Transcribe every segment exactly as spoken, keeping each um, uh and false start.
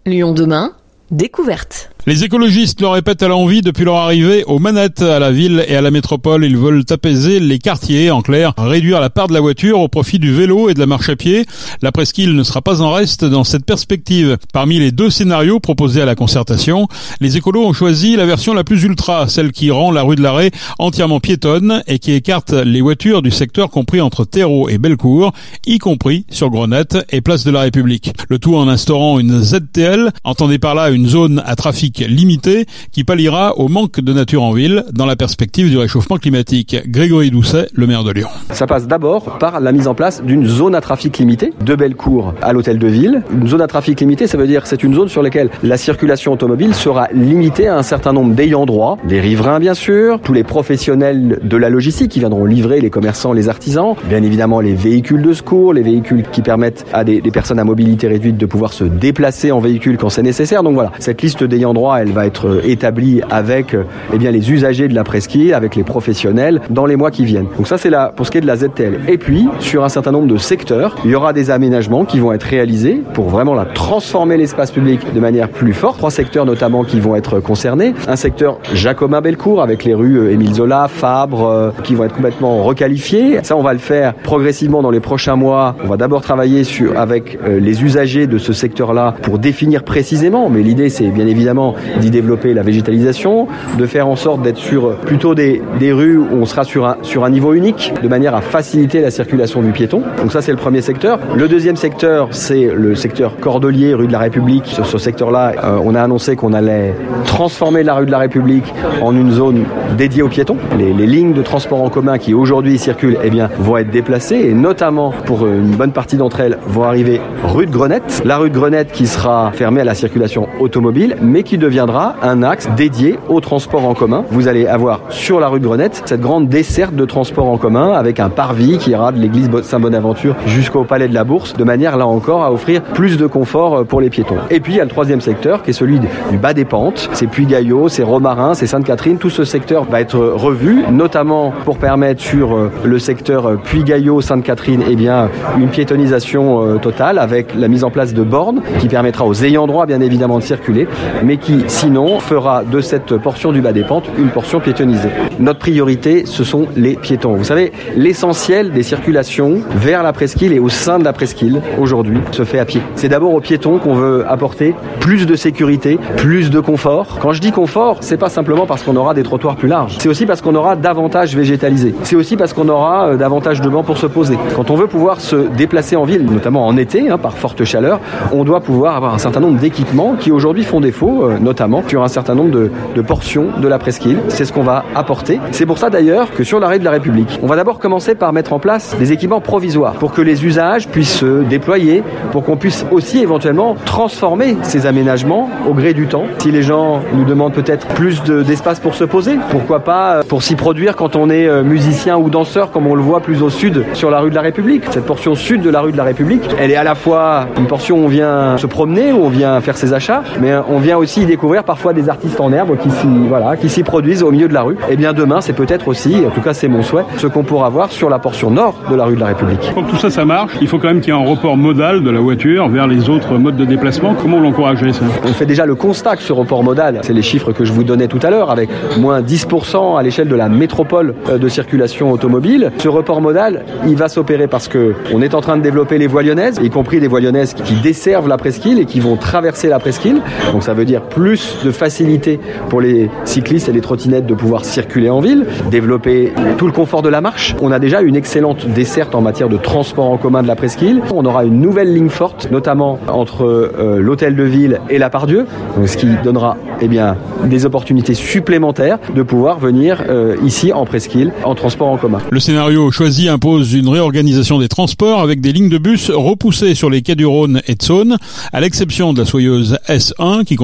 Lyon demain, découverte. Les écologistes le répètent à l'envi depuis leur arrivée aux manettes à la ville et à la métropole. Ils veulent apaiser les quartiers, en clair, réduire la part de la voiture au profit du vélo et de la marche à pied. La presqu'île ne sera pas en reste dans cette perspective. Parmi les deux scénarios proposés à la concertation, les écolos ont choisi la version la plus ultra, celle qui rend la rue de l'Arrêt entièrement piétonne et qui écarte les voitures du secteur compris entre Terreau et Bellecour, y compris sur Grenette et place de la République. Le tout en instaurant une Z T L, entendez par là une zone à trafic limité qui palliera au manque de nature en ville dans la perspective du réchauffement climatique. Grégory Doucet, le maire de Lyon. Ça passe d'abord par la mise en place d'une zone à trafic limité de Bellecour à l'hôtel de ville. Une zone à trafic limité, ça veut dire que c'est une zone sur laquelle la circulation automobile sera limitée à un certain nombre d'ayants droit, les riverains bien sûr, tous les professionnels de la logistique qui viendront livrer, les commerçants, les artisans, bien évidemment les véhicules de secours, les véhicules qui permettent à des, des personnes à mobilité réduite de pouvoir se déplacer en véhicule quand c'est nécessaire. Donc voilà, cette liste d'ayants droit, elle va être établie avec eh bien, les usagers de la presqu'île, avec les professionnels dans les mois qui viennent. Donc ça c'est là pour ce qui est de la Z T L. Et puis sur un certain nombre de secteurs, il y aura des aménagements qui vont être réalisés pour vraiment la transformer l'espace public de manière plus forte. Trois secteurs notamment qui vont être concernés. Un secteur Jacobin-Bellecour avec les rues Émile Zola, Fabre euh, qui vont être complètement requalifiées. Ça on va le faire progressivement dans les prochains mois. On va d'abord travailler sur, avec euh, les usagers de ce secteur-là pour définir précisément. Mais l'idée c'est bien évidemment d'y développer la végétalisation, de faire en sorte d'être sur plutôt des, des rues où on sera sur un, sur un niveau unique, de manière à faciliter la circulation du piéton. Donc ça c'est le premier secteur. Le deuxième secteur, c'est le secteur Cordelier, rue de la République. Sur ce secteur-là, euh, on a annoncé qu'on allait transformer la rue de la République en une zone dédiée aux piétons. Les, les lignes de transport en commun qui aujourd'hui circulent eh bien, vont être déplacées et notamment pour une bonne partie d'entre elles vont arriver rue de Grenette. La rue de Grenette qui sera fermée à la circulation automobile mais qui deviendra un axe dédié au transport en commun. Vous allez avoir sur la rue de Grenette cette grande desserte de transport en commun avec un parvis qui ira de l'église Saint-Bonaventure jusqu'au palais de la Bourse, de manière là encore à offrir plus de confort pour les piétons. Et puis il y a le troisième secteur qui est celui du bas des pentes. C'est Puy-Gaillot, c'est Romarin, c'est Sainte-Catherine. Tout ce secteur va être revu, notamment pour permettre sur le secteur Puy-Gaillot, Sainte-Catherine, eh bien une piétonisation totale avec la mise en place de bornes qui permettra aux ayants droit bien évidemment de circuler, mais qui sinon fera de cette portion du bas des pentes une portion piétonisée. Notre priorité, ce sont les piétons. Vous savez, l'essentiel des circulations vers la presqu'île et au sein de la presqu'île, aujourd'hui, se fait à pied. C'est d'abord aux piétons qu'on veut apporter plus de sécurité, plus de confort. Quand je dis confort, c'est pas simplement parce qu'on aura des trottoirs plus larges. C'est aussi parce qu'on aura davantage végétalisé. C'est aussi parce qu'on aura davantage de bancs pour se poser. Quand on veut pouvoir se déplacer en ville, notamment en été, hein, par forte chaleur, on doit pouvoir avoir un certain nombre d'équipements qui aujourd'hui font défaut, euh, notamment sur un certain nombre de, de portions de la presqu'île. C'est ce qu'on va apporter. C'est pour ça d'ailleurs que sur l'arrêt de la République, on va d'abord commencer par mettre en place des équipements provisoires pour que les usages puissent se déployer, pour qu'on puisse aussi éventuellement transformer ces aménagements au gré du temps. Si les gens nous demandent peut-être plus de, d'espace pour se poser, pourquoi pas pour s'y produire quand on est musicien ou danseur, comme on le voit plus au sud sur la rue de la République. Cette portion sud de la rue de la République, elle est à la fois une portion où on vient se promener, où on vient faire ses achats, mais on vient aussi y découvrir parfois des artistes en herbe qui s'y, voilà, qui s'y produisent au milieu de la rue. Et bien demain, c'est peut-être aussi, en tout cas c'est mon souhait, ce qu'on pourra voir sur la portion nord de la rue de la République. Pour que tout ça, ça marche, il faut quand même qu'il y ait un report modal de la voiture vers les autres modes de déplacement. Comment l'encourager ça ? On fait déjà le constat que ce report modal, c'est les chiffres que je vous donnais tout à l'heure, avec moins dix pour cent à l'échelle de la métropole de circulation automobile. Ce report modal, il va s'opérer parce que on est en train de développer les voies lyonnaises, y compris des voies lyonnaises qui desservent la presqu'île et qui vont traverser la presqu'île. Donc ça veut dire plus de facilité pour les cyclistes et les trottinettes de pouvoir circuler en ville, développer tout le confort de la marche. On a déjà une excellente desserte en matière de transport en commun de la presqu'île. On aura une nouvelle ligne forte, notamment entre euh, l'hôtel de ville et la Pardieu, donc ce qui donnera eh bien, des opportunités supplémentaires de pouvoir venir euh, ici en presqu'île en transport en commun. Le scénario choisi impose une réorganisation des transports avec des lignes de bus repoussées sur les quais du Rhône et de Saône, à l'exception de la soyeuse S un qui continuera à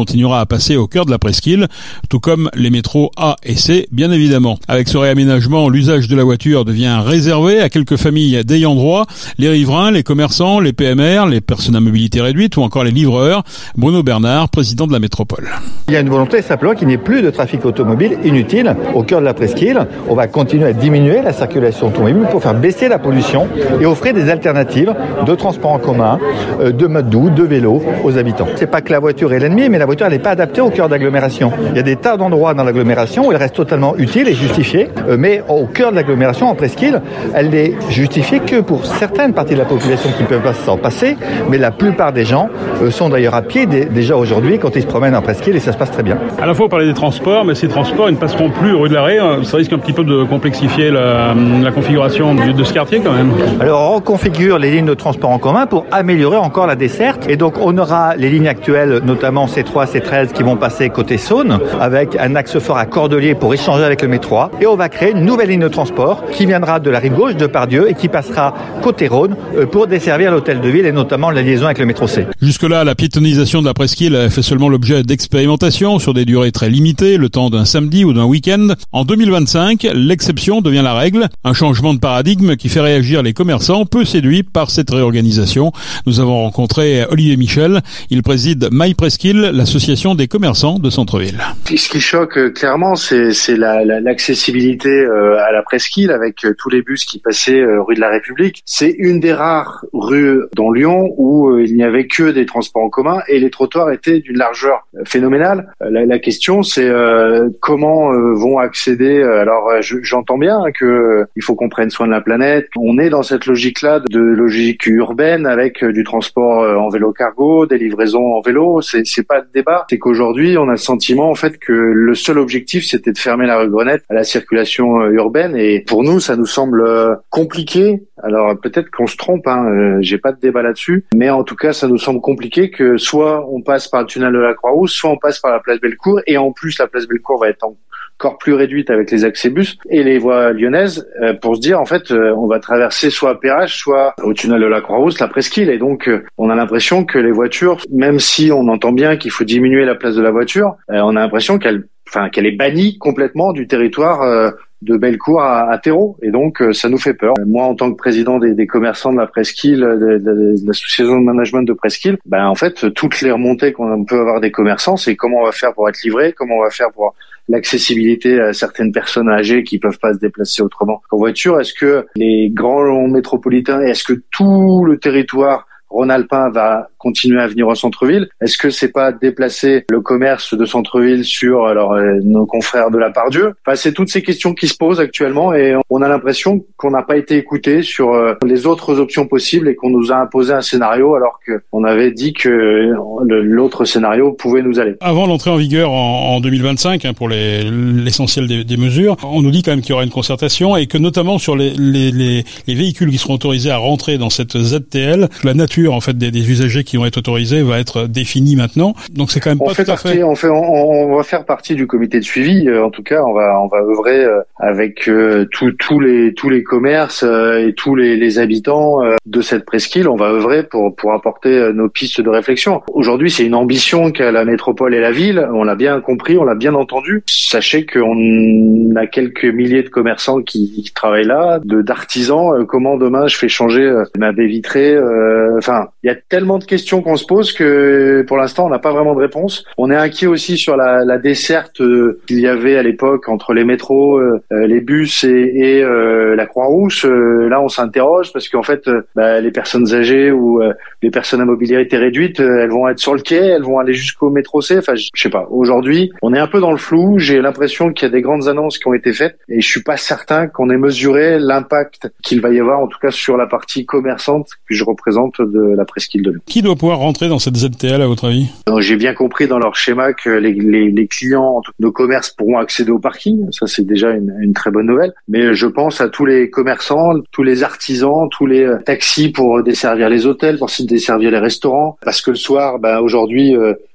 à passer au cœur de la presqu'île, tout comme les métros A et C, bien évidemment. Avec ce réaménagement, l'usage de la voiture devient réservé à quelques familles d'ayants droit, les riverains, les commerçants, les P M R, les personnes à mobilité réduite ou encore les livreurs. Bruno Bernard, président de la métropole. Il y a une volonté simplement qu'il n'y ait plus de trafic automobile inutile au cœur de la presqu'île. On va continuer à diminuer la circulation automobile pour faire baisser la pollution et offrir des alternatives de transport en commun, de mode doux, de vélo aux habitants. C'est pas que la voiture est l'ennemi, mais la voiture elle n'est pas adaptée au cœur d'agglomération. Il y a des tas d'endroits dans l'agglomération où elle reste totalement utile et justifiée, mais au cœur de l'agglomération, en presqu'île, elle n'est justifiée que pour certaines parties de la population qui ne peuvent pas s'en passer, mais la plupart des gens sont d'ailleurs à pied déjà aujourd'hui quand ils se promènent en presqu'île et ça se passe très bien. À la fois on parlait des transports, mais ces transports ils ne passeront plus rue de l'Arrêt. Ça risque un petit peu de complexifier la, la configuration de, de ce quartier quand même. Alors on reconfigure les lignes de transport en commun pour améliorer encore la desserte et donc on aura les lignes actuelles, notamment C trois, C treize qui vont passer côté Saône avec un axe fort à Cordeliers pour échanger avec le métro A et on va créer une nouvelle ligne de transport qui viendra de la rive gauche de Pardieu et qui passera côté Rhône pour desservir l'hôtel de ville et notamment la liaison avec le métro C. Jusque-là, la piétonisation de la presqu'île fait seulement l'objet d'expérimentations sur des durées très limitées, le temps d'un samedi ou d'un week-end. En deux mille vingt-cinq, l'exception devient la règle, un changement de paradigme qui fait réagir les commerçants peu séduits par cette réorganisation. Nous avons rencontré Olivier Michel, il préside My Presqu'île, l'association des commerçants de centre-ville. Ce qui choque clairement, c'est, c'est la, la, l'accessibilité euh, à la presqu'île avec euh, tous les bus qui passaient euh, rue de la République. C'est une des rares rues dans Lyon où euh, il n'y avait que des transports en commun et les trottoirs étaient d'une largeur euh, phénoménale. Euh, la, la question, c'est euh, comment euh, vont accéder. Euh, alors, euh, je, j'entends bien hein, que euh, il faut qu'on prenne soin de la planète. On est dans cette logique-là de logique urbaine avec euh, du transport euh, en vélo cargo, des livraisons en vélo. C'est, c'est pas le débat. C'est qu'aujourd'hui, on a le sentiment en fait que le seul objectif, c'était de fermer la rue Grenette à la circulation euh, urbaine. Et pour nous, ça nous semble euh, compliqué. Alors peut-être qu'on se trompe. Hein, euh, j'ai pas de débat là-dessus, mais en tout cas, ça nous semble compliqué que soit on passe par le tunnel de la Croix-Rousse, soit on passe par la place Bellecour, et en plus la place Bellecour va être encore plus réduite avec les accès bus et les voies lyonnaises euh, pour se dire en fait euh, on va traverser soit à Perrache, soit au tunnel de la Croix-Rousse, la presqu'île, et donc euh, on a l'impression que les voitures, même si on entend bien qu'il faut diminuer la place de la voiture, euh, on a l'impression qu'elle, enfin qu'elle est bannie complètement du territoire euh, de Bellecour à, à Terreau, et donc euh, ça nous fait peur. Moi, en tant que président des, des commerçants de la presqu'île, de, de, de l'association de management de presqu'île, ben en fait toutes les remontées qu'on peut avoir des commerçants, c'est comment on va faire pour être livré, comment on va faire pour l'accessibilité à certaines personnes âgées qui peuvent pas se déplacer autrement qu'en voiture. Est-ce que les grands métropolitains, est-ce que tout le territoire rhône-alpin va continuer à venir au centre-ville? Est-ce que c'est pas déplacer le commerce de centre-ville sur alors euh, nos confrères de la Pardieu? Enfin, c'est toutes ces questions qui se posent actuellement et on a l'impression qu'on n'a pas été écouté sur euh, les autres options possibles et qu'on nous a imposé un scénario alors qu'on avait dit que euh, le, l'autre scénario pouvait nous aller. Avant l'entrée en vigueur en, en deux mille vingt-cinq, hein, pour les, l'essentiel des, des mesures, on nous dit quand même qu'il y aura une concertation et que notamment sur les, les, les, les véhicules qui seront autorisés à rentrer dans cette Z T L, la nature en fait des, des usagers qui vont être autorisés va être définie maintenant. Donc c'est quand même on pas fait tout à partie, fait. On fait, on, on va faire partie du comité de suivi. Euh, en tout cas, on va, on va œuvrer euh, avec euh, tous, tous les, tous les commerces euh, et tous les, les habitants euh, de cette presqu'île. On va œuvrer pour, pour apporter euh, nos pistes de réflexion. Aujourd'hui, c'est une ambition qu'a la métropole et la ville. On l'a bien compris, on l'a bien entendu. Sachez qu'on a quelques milliers de commerçants qui, qui travaillent là, de d'artisans. Euh, comment demain je fais changer euh, ma baie vitrée euh, Enfin, il y a tellement de questions qu'on se pose que pour l'instant on n'a pas vraiment de réponse. On est inquiet aussi sur la, la desserte euh, qu'il y avait à l'époque entre les métros, euh, les bus et, et euh, la Croix-Rousse. Euh, là on s'interroge parce qu'en fait euh, bah, les personnes âgées ou euh, les personnes à mobilité réduite, euh, elles vont être sur le quai, elles vont aller jusqu'au métro C. Enfin je sais pas. Aujourd'hui on est un peu dans le flou. J'ai l'impression qu'il y a des grandes annonces qui ont été faites et je suis pas certain qu'on ait mesuré l'impact qu'il va y avoir en tout cas sur la partie commerçante que je représente de la presqu'île de Lyon. Qui doit pouvoir rentrer dans cette Z T L à votre avis? Donc, j'ai bien compris dans leur schéma que les, les, les clients de commerce pourront accéder au parking. Ça, c'est déjà une, une très bonne nouvelle. Mais je pense à tous les commerçants, tous les artisans, tous les taxis pour desservir les hôtels, pour desservir les restaurants. Parce que le soir, bah, aujourd'hui, euh,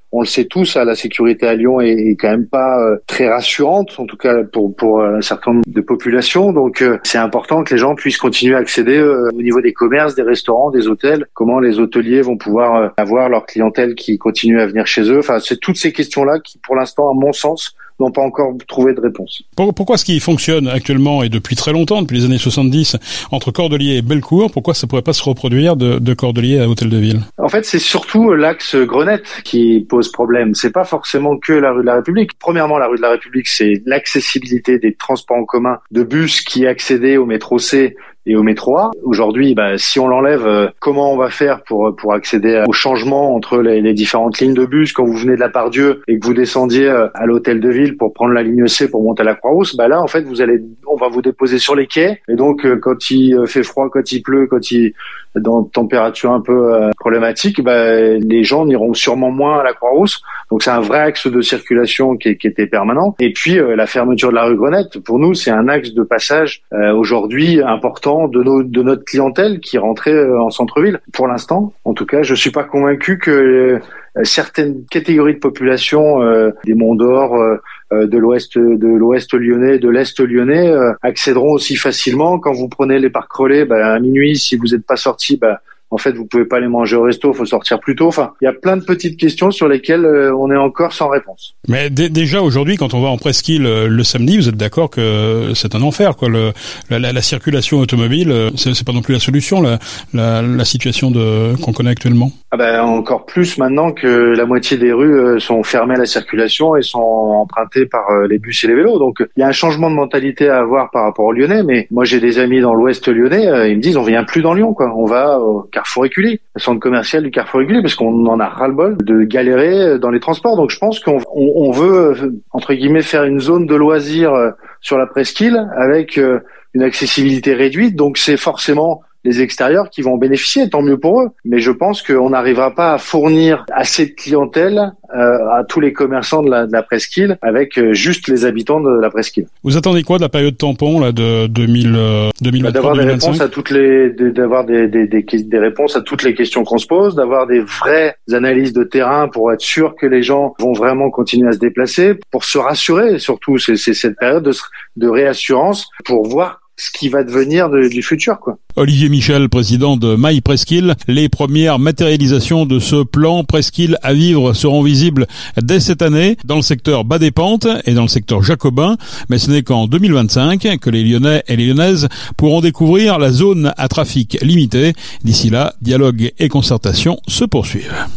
on le sait tous, la sécurité à Lyon est, est quand même pas euh, très rassurante, en tout cas pour pour un certain nombre de populations. Donc euh, c'est important que les gens puissent continuer à accéder euh, au niveau des commerces, des restaurants, des hôtels. Comment les hôteliers vont pouvoir euh, avoir leur clientèle qui continue à venir chez eux. Enfin, c'est toutes ces questions-là qui, pour l'instant, à mon sens, n'ont pas encore trouvé de réponse. Pourquoi ce qui fonctionne actuellement et depuis très longtemps, depuis les années soixante-dix, entre Cordeliers et Bellecour, pourquoi ça pourrait pas se reproduire de, de Cordeliers à Hôtel de Ville? En fait, c'est surtout l'axe Grenette qui pose problème. C'est pas forcément que la rue de la République. Premièrement, la rue de la République, c'est l'accessibilité des transports en commun de bus qui accédaient au métro C et au métro A. Aujourd'hui, bah, si on l'enlève, euh, comment on va faire pour pour accéder au changement entre les, les différentes lignes de bus quand vous venez de la Part-Dieu et que vous descendiez euh, à l'Hôtel de Ville pour prendre la ligne C pour monter à la Croix-Rousse? Bah là, en fait, vous allez, on va vous déposer sur les quais. Et donc, euh, quand il fait froid, quand il pleut, quand il dans température un peu euh, problématique, bah, les gens n'iront sûrement moins à la Croix-Rousse. Donc c'est un vrai axe de circulation qui, qui était permanent. Et puis euh, la fermeture de la rue Grenette, pour nous, c'est un axe de passage euh, aujourd'hui important de, nos, de notre clientèle qui rentrait euh, en centre-ville. Pour l'instant, en tout cas, je suis pas convaincu que euh, certaines catégories de population euh, des Monts d'Or, euh, de l'ouest de l'ouest lyonnais, de l'est lyonnais euh, accéderont aussi facilement. Quand vous prenez les parcs relais, bah, à minuit, si vous n'êtes pas sorti, bah, en fait, vous pouvez pas aller manger au resto, faut sortir plus tôt. Enfin, il y a plein de petites questions sur lesquelles euh, on est encore sans réponse. Mais d- déjà aujourd'hui, quand on va en presqu'île euh, le samedi, vous êtes d'accord que c'est un enfer, quoi. Le, la, la, la circulation automobile, euh, c'est, c'est pas non plus la solution, la, la, la situation de, qu'on connaît actuellement. Ah ben encore plus maintenant que la moitié des rues euh, sont fermées à la circulation et sont empruntées par euh, les bus et les vélos. Donc il y a un changement de mentalité à avoir par rapport aux Lyonnais. Mais moi j'ai des amis dans l'Ouest lyonnais, euh, ils me disent on vient plus dans Lyon, quoi. On va au Carrefour Écully, le centre commercial du Carrefour Écully, parce qu'on en a ras-le-bol de galérer dans les transports. Donc je pense qu'on on, on veut entre guillemets faire une zone de loisirs euh, sur la presqu'île avec euh, une accessibilité réduite. Donc c'est forcément les extérieurs qui vont en bénéficier, tant mieux pour eux. Mais je pense qu'on n'arrivera pas à fournir assez de clientèle euh, à tous les commerçants de la, de la presqu'île avec euh, juste les habitants de la presqu'île. Vous attendez quoi de la période tampon là de deux mille, euh, deux mille vingt-trois, d'avoir deux mille des vingt-cinq? réponses à toutes les, d'avoir des, des, des, des réponses à toutes les questions qu'on se pose, d'avoir des vraies analyses de terrain pour être sûr que les gens vont vraiment continuer à se déplacer, pour se rassurer. Surtout, c'est, c'est cette période de, de réassurance pour voir ce qui va devenir de, du futur, quoi. Olivier Michel, président de My Presqu'île. Les premières matérialisations de ce plan Presqu'île à vivre seront visibles dès cette année dans le secteur Bas des Pentes et dans le secteur Jacobin. Mais ce n'est qu'en deux mille vingt-cinq que les Lyonnais et les Lyonnaises pourront découvrir la zone à trafic limité. D'ici là, dialogue et concertation se poursuivent.